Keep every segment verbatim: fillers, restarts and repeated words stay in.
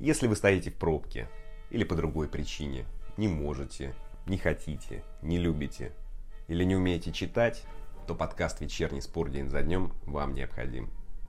Если вы стоите в пробке или по другой причине, не можете, не хотите, не любите или не умеете читать, то подкаст «Вечерний спор день за днем» вам необходим.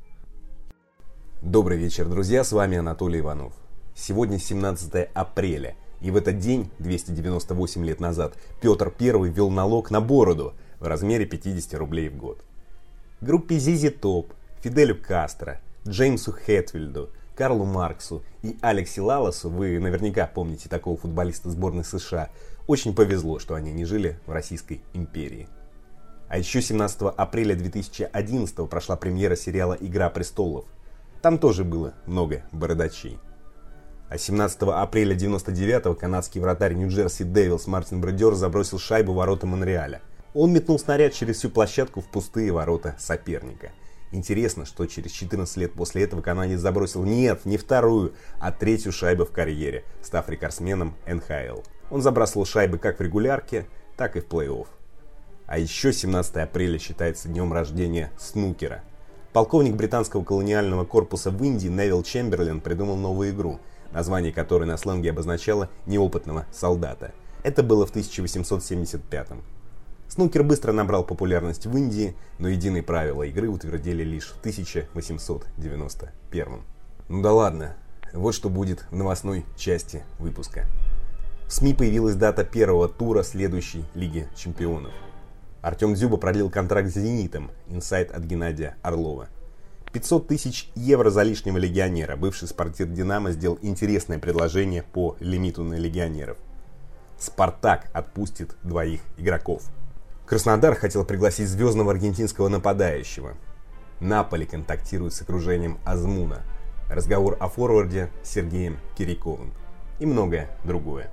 Добрый вечер, друзья, с вами Анатолий Иванов. Сегодня семнадцатое апреля, и в этот день, двести девяносто восемь лет назад, Петр Первый ввел налог на бороду в размере пятьдесят рублей в год. Группе зэ зэ Top, Фиделю Кастро, Джеймсу Хэтфилду, Карлу Марксу и Алексе Лалосу, вы наверняка помните такого футболиста сборной США, очень повезло, что они не жили в Российской империи. А еще семнадцатого апреля две тысячи одиннадцатого прошла премьера сериала «Игра престолов». Там тоже было много бородачей. А семнадцатого апреля девяносто девятого канадский вратарь Нью-Джерси Девилс Мартин Бродер забросил шайбу в ворота Монреаля. Он метнул снаряд через всю площадку в пустые ворота соперника. Интересно, что через четырнадцать лет после этого канадец забросил нет, не вторую, а третью шайбу в карьере, став рекордсменом эн ха эл. Он забрасывал шайбы как в регулярке, так и в плей-офф. А еще семнадцатое апреля считается днем рождения снукера. Полковник британского колониального корпуса в Индии Невил Чемберлен придумал новую игру, название которой на сленге обозначало «неопытного солдата». Это было в тысяча восемьсот семьдесят пятом. Снукер быстро набрал популярность в Индии, но единые правила игры утвердили лишь в тысяча восемьсот девяносто первом. Ну да ладно, вот что будет в новостной части выпуска. В СМИ появилась дата первого тура следующей Лиги Чемпионов. Артем Дзюба продлил контракт с «Зенитом», инсайд от Геннадия Орлова. пятьсот тысяч евро за лишнего легионера. Бывший спортир «Динамо» сделал интересное предложение по лимиту на легионеров. «Спартак» отпустит двоих игроков. Краснодар хотел пригласить звездного аргентинского нападающего. Наполи контактирует с окружением Азмуна. Разговор о форварде с Сергеем Киряковым. И многое другое.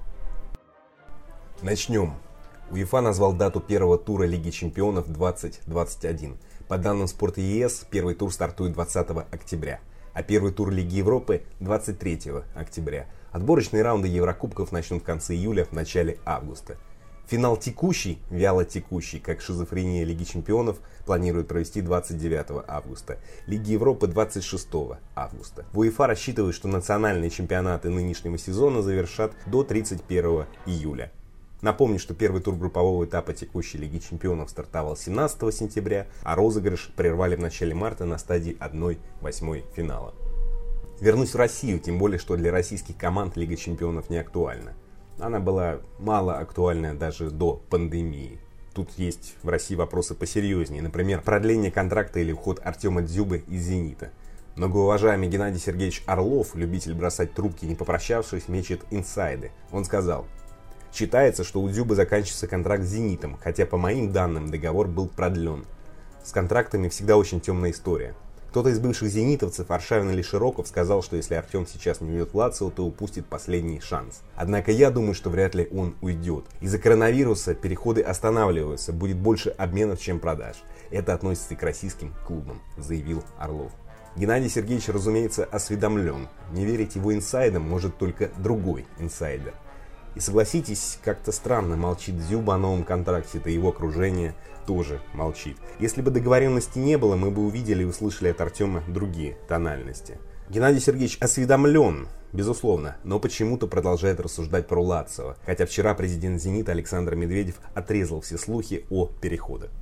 Начнем. УЕФА назвал дату первого тура Лиги Чемпионов двадцать двадцать один. По данным Спорт.ЕС, первый тур стартует двадцатого октября, а первый тур Лиги Европы двадцать третьего октября. Отборочные раунды Еврокубков начнут в конце июля, в начале августа. Финал текущий, вяло текущий, как шизофрения Лиги Чемпионов, планируют провести двадцать девятого августа, Лиги Европы двадцать шестого августа. В УЕФА рассчитывают, что национальные чемпионаты нынешнего сезона завершат до тридцать первого июля. Напомню, что первый тур группового этапа текущей Лиги Чемпионов стартовал семнадцатого сентября, а розыгрыш прервали в начале марта на стадии одна восьмая финала. Вернусь в Россию, тем более, что для российских команд Лига Чемпионов не актуальна. Она была мало актуальна даже до пандемии. Тут есть в России вопросы посерьезнее, например, продление контракта или уход Артема Дзюбы из «Зенита». Многоуважаемый Геннадий Сергеевич Орлов, любитель бросать трубки, не попрощавшись, мечет инсайды. Он сказал: «Считается, что у Дзюбы заканчивается контракт с «Зенитом», хотя по моим данным договор был продлен. С контрактами всегда очень темная история. Кто-то из бывших зенитовцев, Аршавин или Широков, сказал, что если Артем сейчас не уйдет в Лацио, то упустит последний шанс. Однако я думаю, что вряд ли он уйдет. Из-за коронавируса переходы останавливаются, будет больше обменов, чем продаж. Это относится и к российским клубам», заявил Орлов. Геннадий Сергеевич, разумеется, осведомлен. Не верить его инсайдам может только другой инсайдер. И согласитесь, как-то странно молчит Дзюба о новом контракте, да его окружение тоже молчит. Если бы договоренности не было, мы бы увидели и услышали от Артема другие тональности. Геннадий Сергеевич осведомлен, безусловно, но почему-то продолжает рассуждать про Лацио, хотя вчера президент «Зенита» Александр Медведев отрезал все слухи о переходах.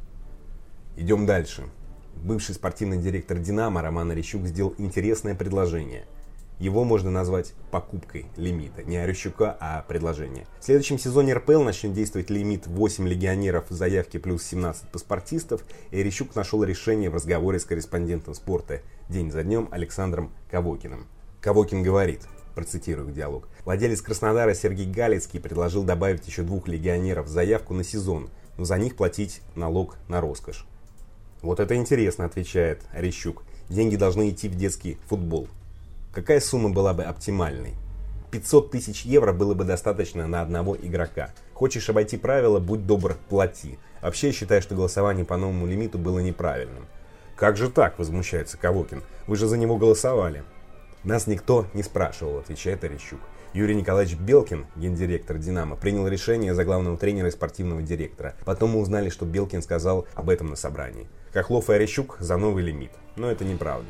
Идем дальше. Бывший спортивный директор «Динамо» Роман Орещук сделал интересное предложение. Его можно назвать покупкой лимита. Не Орещука, а предложение. В следующем сезоне эр пэ эл начнет действовать лимит восемь легионеров в заявке плюс семнадцать паспортистов, и Орещук нашел решение в разговоре с корреспондентом спорта «День за днем» Александром Ковокиным. Ковокин говорит, процитирую диалог: «Владелец Краснодара Сергей Галицкий предложил добавить еще двух легионеров в заявку на сезон, но за них платить налог на роскошь». «Вот это интересно», отвечает Орещук. «Деньги должны идти в детский футбол». Какая сумма была бы оптимальной? пятьсот тысяч евро было бы достаточно на одного игрока. Хочешь обойти правила, будь добр, плати. Вообще, я считаю, что голосование по новому лимиту было неправильным. «Как же так?» – возмущается Ковокин. «Вы же за него голосовали». «Нас никто не спрашивал», – отвечает Орещук. Юрий Николаевич Белкин, гендиректор «Динамо», принял решение за главного тренера и спортивного директора. Потом мы узнали, что Белкин сказал об этом на собрании. Хохлов и Орещук за новый лимит. Но это неправда.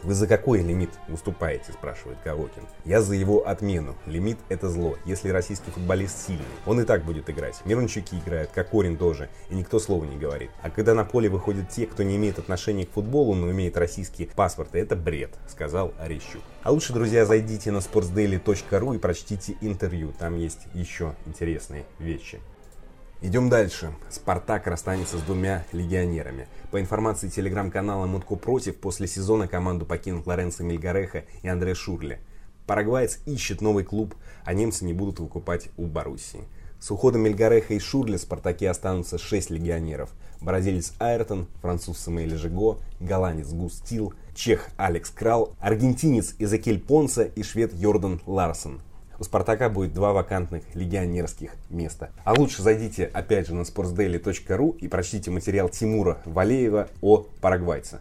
Вы за какой лимит выступаете, спрашивает Галокин. Я за его отмену. Лимит — это зло. Если российский футболист сильный, он и так будет играть. Мирончуки играют, Кокорин тоже, и никто слова не говорит. А когда на поле выходят те, кто не имеет отношения к футболу, но имеет российские паспорты, это бред, сказал Орещук. А лучше, друзья, зайдите на спортсдейли точка ру и прочтите интервью. Там есть еще интересные вещи. Идем дальше. «Спартак» расстанется с двумя легионерами. По информации телеграм-канала «Мутко против», после сезона команду покинут Лоренцо Мельгареха и Андре Шурле. Парагваец ищет новый клуб, а немцы не будут выкупать у Боруссии. С уходом Мельгареха и Шурле в «Спартаке» останутся шесть легионеров. Бразилец Айртон, француз Самуэль Жиго, голландец Гус Тил, чех Алекс Крал, аргентинец Эзекель Понса и швед Йордан Ларсон. У «Спартака» будет два вакантных легионерских места. А лучше зайдите опять же на спортсдейли точка ру и прочтите материал Тимура Валеева о парагвайце.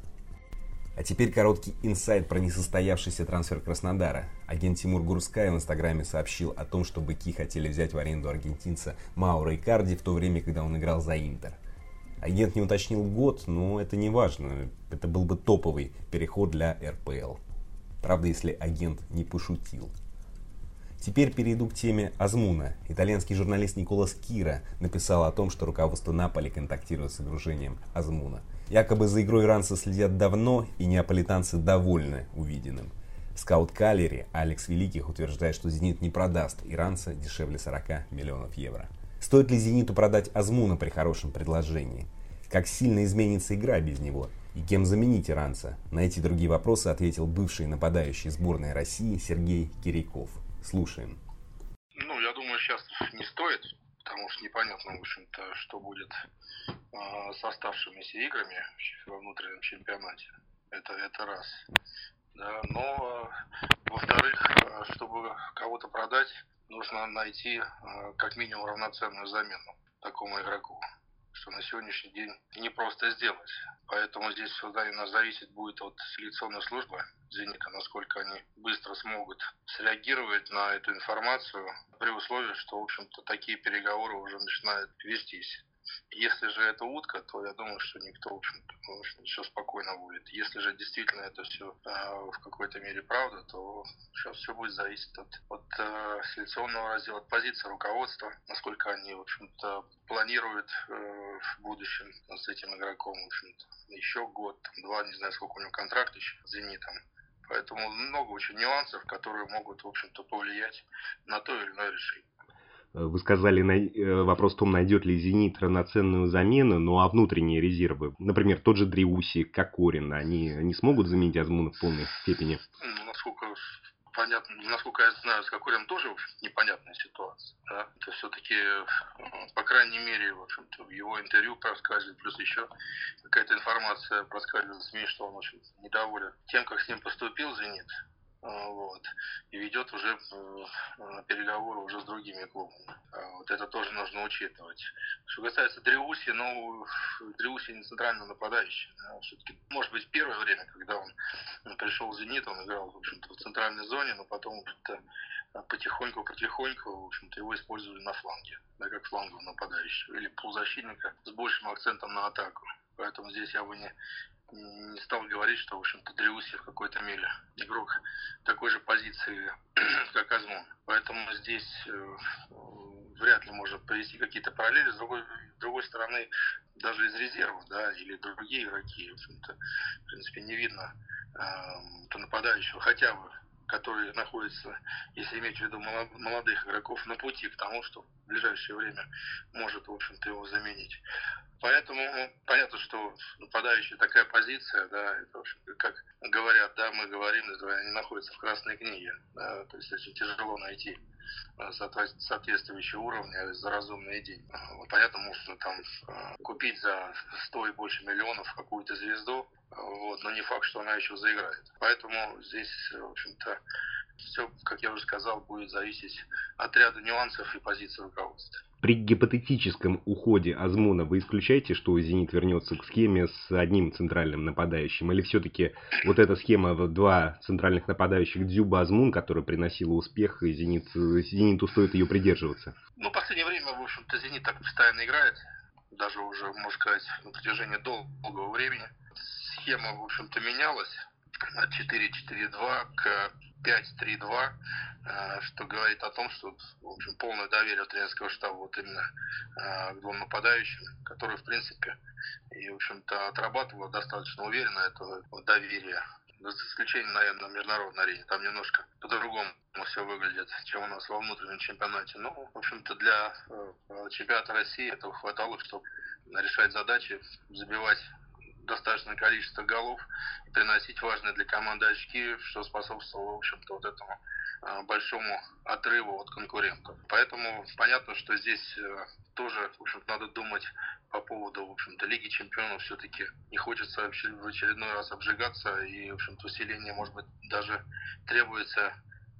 А теперь короткий инсайт про несостоявшийся трансфер Краснодара. Агент Тимур Гурскай в инстаграме сообщил о том, что быки хотели взять в аренду аргентинца Мауро Икарди в то время, когда он играл за Интер. Агент не уточнил год, но это не важно. Это был бы топовый переход для эр пэ эл. Правда, если агент не пошутил. Теперь перейду к теме Азмуна. Итальянский журналист Николас Кира написал о том, что руководство Наполи контактирует с окружением Азмуна. Якобы за игрой иранцы следят давно, и неаполитанцы довольны увиденным. Скаут Калери Алекс Великих утверждает, что «Зенит» не продаст иранца дешевле сорока миллионов евро. Стоит ли «Зениту» продать Азмуна при хорошем предложении? Как сильно изменится игра без него? И кем заменить иранца? На эти и другие вопросы ответил бывший нападающий сборной России Сергей Кирейков. Слушаем. Ну, я думаю, сейчас не стоит, потому что непонятно, в общем-то, что будет э, с оставшимися играми во внутреннем чемпионате. Это, это раз. Да, но, э, во-вторых, э, чтобы кого-то продать, нужно найти э, как минимум равноценную замену такому игроку, что на сегодняшний день не просто сделать. Поэтому здесь всегда у нас зависит будет от селекционной службы «Зенита», насколько они быстро смогут среагировать на эту информацию, при условии, что, в общем-то, такие переговоры уже начинают вестись. Если же это утка, то я думаю, что никто, в общем-то, в общем, все спокойно будет. Если же действительно это все э, в какой-то мере правда, то сейчас все будет зависеть от, от э, селекционного раздела, от позиции руководства, насколько они, в общем-то, планируют э, в будущем с этим игроком, в общем-то, еще год, два, не знаю, сколько у него контракт еще с «Зенитом». Поэтому много очень нюансов, которые могут, в общем-то, повлиять на то или иное решение. Вы сказали, вопрос в том, найдет ли «Зенит» равноценную замену, ну а внутренние резервы, например, тот же Дриуси, Кокорин, они не смогут заменить Азмуна в полной степени? Ну, насколько понятно, насколько я знаю, с Кокорином тоже, в общем, непонятная ситуация. Да? Это все-таки, по крайней мере, в общем-то, в его интервью проскальзывает, плюс еще какая-то информация проскальзывает в СМИ, что он очень недоволен тем, как с ним поступил «Зенит». Вот, и ведет уже переговоры уже с другими клубами. Вот это тоже нужно учитывать. Что касается Дриуси, ну, Дриуси не центральный нападающий. Да, все-таки, может быть, первое время, когда он пришел в «Зенит», он играл, в общем-то, в центральной зоне, но потом потихоньку-потихоньку, в общем-то, его использовали на фланге, да, как флангового нападающего или полузащитника с большим акцентом на атаку. Поэтому здесь я бы не не стал говорить, что, в общем-то, Дриуси в какой-то мере игрок такой же позиции, как Азмун. Поэтому здесь э, вряд ли можно провести какие-то параллели. С другой, с другой стороны, даже из резерва, да, или другие игроки, в общем-то, в принципе, не видно э, нападающего, хотя бы, который находится, если иметь в виду молодых игроков, на пути к тому, что в ближайшее время может, в общем-то, его заменить. Поэтому понятно, что нападающая такая позиция, да, это, в общем, как говорят, да, мы говорим, это они находятся в красной книге, да, то есть очень тяжело найти соответствующие уровни за разумные деньги. Вот, понятно, можно там купить за сто и больше миллионов какую-то звезду, вот, но не факт, что она еще заиграет. Поэтому здесь, в общем-то, все, как я уже сказал, будет зависеть от ряда нюансов и позиций руководства. При гипотетическом уходе Азмуна вы исключаете, что «Зенит» вернется к схеме с одним центральным нападающим? Или все-таки вот эта схема в два центральных нападающих Дзюба-Азмун, которая приносила успех, и «Зенит», «Зениту» стоит ее придерживаться? Ну, в последнее время, в общем-то, «Зенит» так постоянно играет. Даже уже, можно сказать, на протяжении долгого времени. Схема, в общем-то, менялась. четыре-четыре-два к пять-три-два, что говорит о том, что, в общем, полное доверие тренерского штаба вот именно к двум нападающим, которые, в принципе, и, в общем-то, отрабатывало достаточно уверенно это доверие. За исключением, наверное, на международной арене. Там немножко по-другому все выглядит, чем у нас во внутреннем чемпионате. Ну, в общем-то, для чемпионата России этого хватало, чтобы решать задачи, забивать достаточное количество голов, приносить важные для команды очки, что способствовало, в общем-то, вот этому большому отрыву от конкурентов. Поэтому понятно, что здесь тоже, в общем-то, надо думать по поводу, в общем-то, Лиги Чемпионов. Все-таки не хочется в очередной раз обжигаться, и, в общем-то, усиление, может быть, даже требуется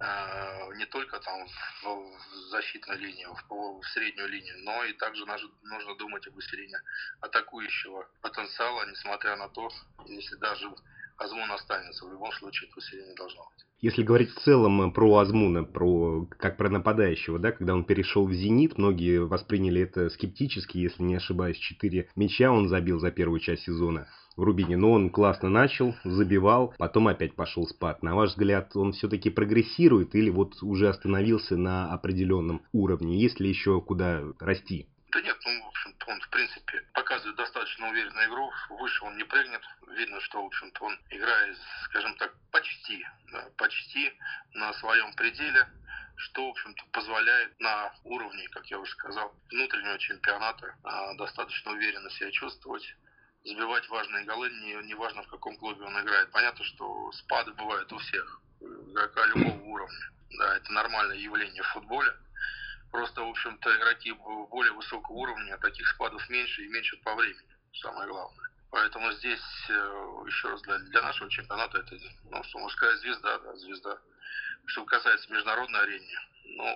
не только там в защитной линии, в, в среднюю линию, но и также нужно думать об усилении атакующего потенциала, несмотря на то, если даже Азмун останется, в любом случае это усиление должно быть. Если говорить в целом про Азмуна, про, как про нападающего, да, когда он перешел в «Зенит», многие восприняли это скептически, если не ошибаюсь, четыре мяча он забил за первую часть сезона в Рубине, но он классно начал, забивал, потом опять пошел спад. На ваш взгляд, он все-таки прогрессирует или вот уже остановился на определенном уровне? Есть ли еще куда расти? Да нет, ну, в общем-то, он, в принципе, показывает достаточно уверенную игру, выше он не прыгнет. Видно, что, в общем-то, он играет, скажем так, почти, да, почти на своем пределе, что, в общем-то, позволяет на уровне, как я уже сказал, внутреннего чемпионата а, достаточно уверенно себя чувствовать, забивать важные голы, не, не важно, в каком клубе он играет. Понятно, что спады бывают у всех, игрока любого уровня. Да, это нормальное явление в футболе. Просто, в общем-то, игроки более высокого уровня, таких спадов меньше и меньше по времени, самое главное. Поэтому здесь, еще раз, для, для нашего чемпионата это, ну, что можно сказать, звезда, да, звезда. Что касается международной арены, ну,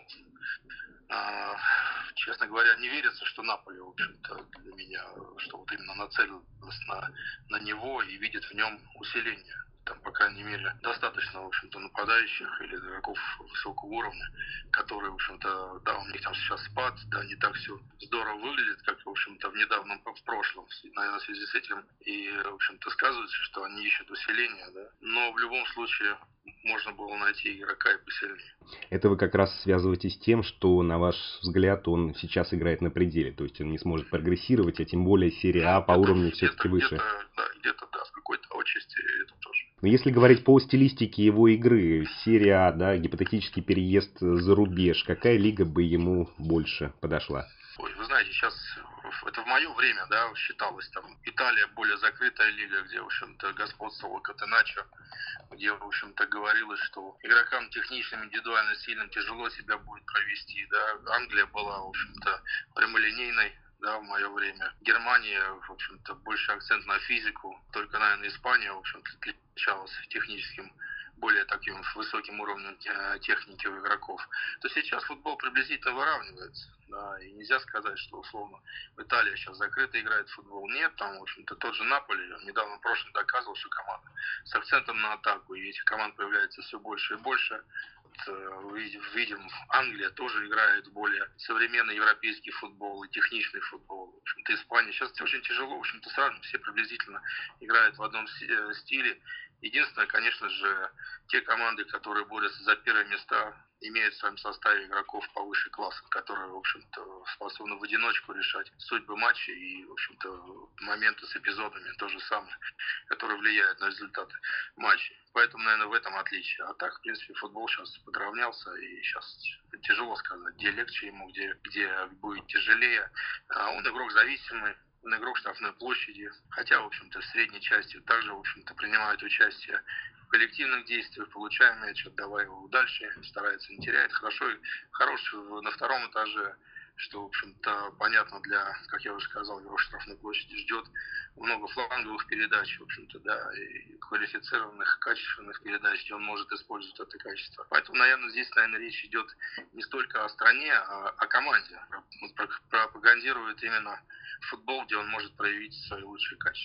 э, честно говоря, не верится, что Наполи, в общем-то, для меня, что вот именно нацелилась на, на него и видит в нем усиление. Там, по крайней мере, достаточно, в общем-то, нападающих или игроков высокого уровня, которые, в общем-то, да, у них там сейчас спад, да, не так все здорово выглядит, как, в общем-то, в недавнем, в прошлом, наверное, в связи с этим, и, в общем-то, сказывается, что они ищут усиления, да, но в любом случае можно было найти игрока и посильнее. Это вы как раз связываете с тем, что, на ваш взгляд, он сейчас играет на пределе, то есть он не сможет прогрессировать, а тем более серия А по уровню все-таки выше. Где-то, да, где-то, да, в какой-то отчасти это тоже. Но если говорить по стилистике его игры, серия А, да, гипотетический переезд за рубеж, какая лига бы ему больше подошла? Ой, вы знаете, сейчас это в мое время, да, считалось там Италия более закрытая лига, где, в общем-то, господствовал Катеначо, где, в общем-то, говорилось, что игрокам техничным, индивидуально сильным тяжело себя будет провести, да. Англия была, в общем-то, прямолинейной, да, в мое время. Германия, в общем-то, больше акцент на физику, только, наверное, Испания, в общем-то, отличалась техническим, более таким высоким уровнем техники у игроков, то сейчас футбол приблизительно выравнивается. Да, и нельзя сказать, что условно Италия сейчас закрыто играет в футбол. Нет, там, в общем-то, тот же Наполи недавно в прошлом доказывал, что команда с акцентом на атаку, и этих команд появляется все больше и больше. Видим, Англия тоже играет в более современный европейский футбол и техничный футбол. В общем-то, Испания сейчас очень тяжело, в общем-то, сразу все приблизительно играют в одном стиле. Единственное, конечно же, те команды, которые борются за первые места, имеют в своем составе игроков повыше класса, которые, в общем-то, способны в одиночку решать судьбы матча и, в общем-то, моменты с эпизодами то же самое, которые влияют на результаты матчей. Поэтому, наверное, в этом отличие. А так, в принципе, футбол сейчас подравнялся, и сейчас тяжело сказать, где легче ему, где, где будет тяжелее. Он игрок зависимый. Он игрок штрафной площади, хотя, в общем-то, в средней части также, в общем-то, принимает участие в коллективных действиях, получаем мяч, отдавая его дальше, старается не терять. Хорошо, хорош на втором этаже, что, в общем-то, понятно для, как я уже сказал, игрок штрафной площади ждет много фланговых передач, в общем-то, да, и квалифицированных, качественных передач, где он может использовать это качество. Поэтому, наверное, здесь, наверное, речь идет не столько о стране, а о команде. Пропагандирует именно футбол, где он может проявить свои лучшие качества.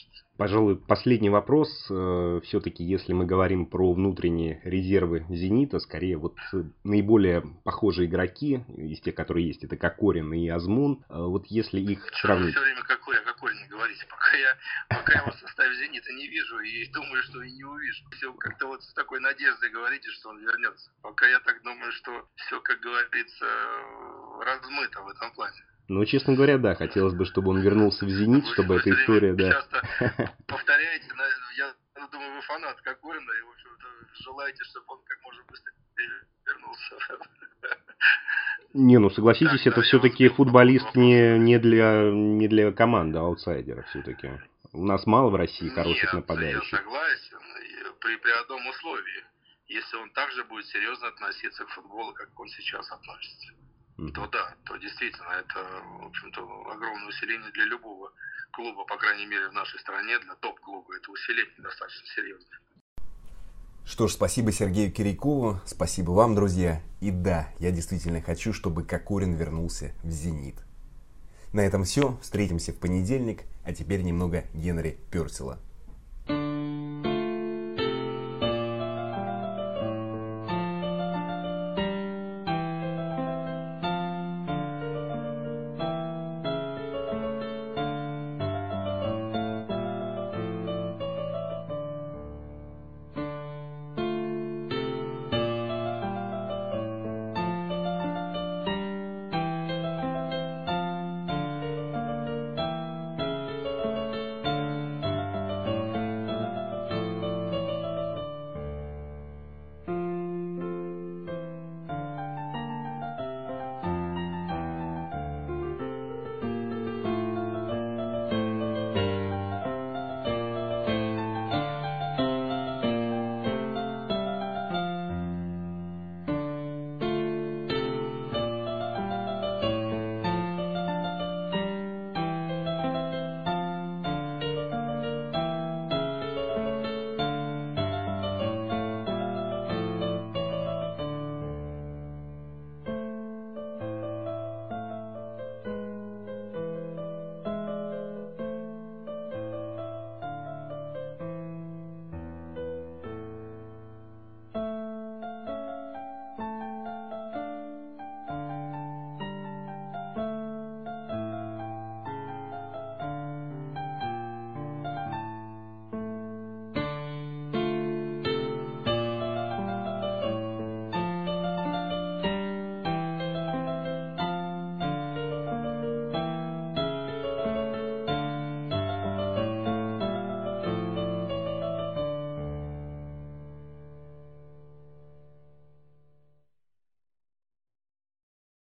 Пожалуй, последний вопрос. Все-таки, если мы говорим про внутренние резервы «Зенита», скорее вот наиболее похожие игроки из тех, которые есть, это Кокорин и Азмун. Вот если их сравнить... Все время Кокорин, о Кокорине не говорите, пока я, пока я его в составе «Зенита» не вижу и думаю, что и не увижу. Все как-то вот с такой надеждой говорите, что он вернется. Пока я так думаю, что все, как говорится, размыто в этом плане. Ну, честно говоря, да, хотелось бы, чтобы он вернулся в «Зенит», вы, чтобы вы эта история, да. Часто повторяете, я думаю, вы фанат Кокорина, и, в общем-то, желаете, чтобы он как можно быстрее вернулся. Не, ну согласитесь, так, это да, все-таки футболист не, не, для, не для команды, а аутсайдера все-таки. У нас мало в России хороших Нет, нападающих. Я согласен, при, при одном условии. Если он также будет серьезно относиться к футболу, как он сейчас относится. То да, то действительно это, в общем-то, огромное усиление для любого клуба, по крайней мере в нашей стране, для топ-клуба. Это усиление достаточно серьезное. Что ж, спасибо Сергею Кирякову, спасибо вам, друзья. И да, я действительно хочу, чтобы Кокорин вернулся в «Зенит». На этом все. Встретимся в понедельник, а теперь немного Генри Пёртела.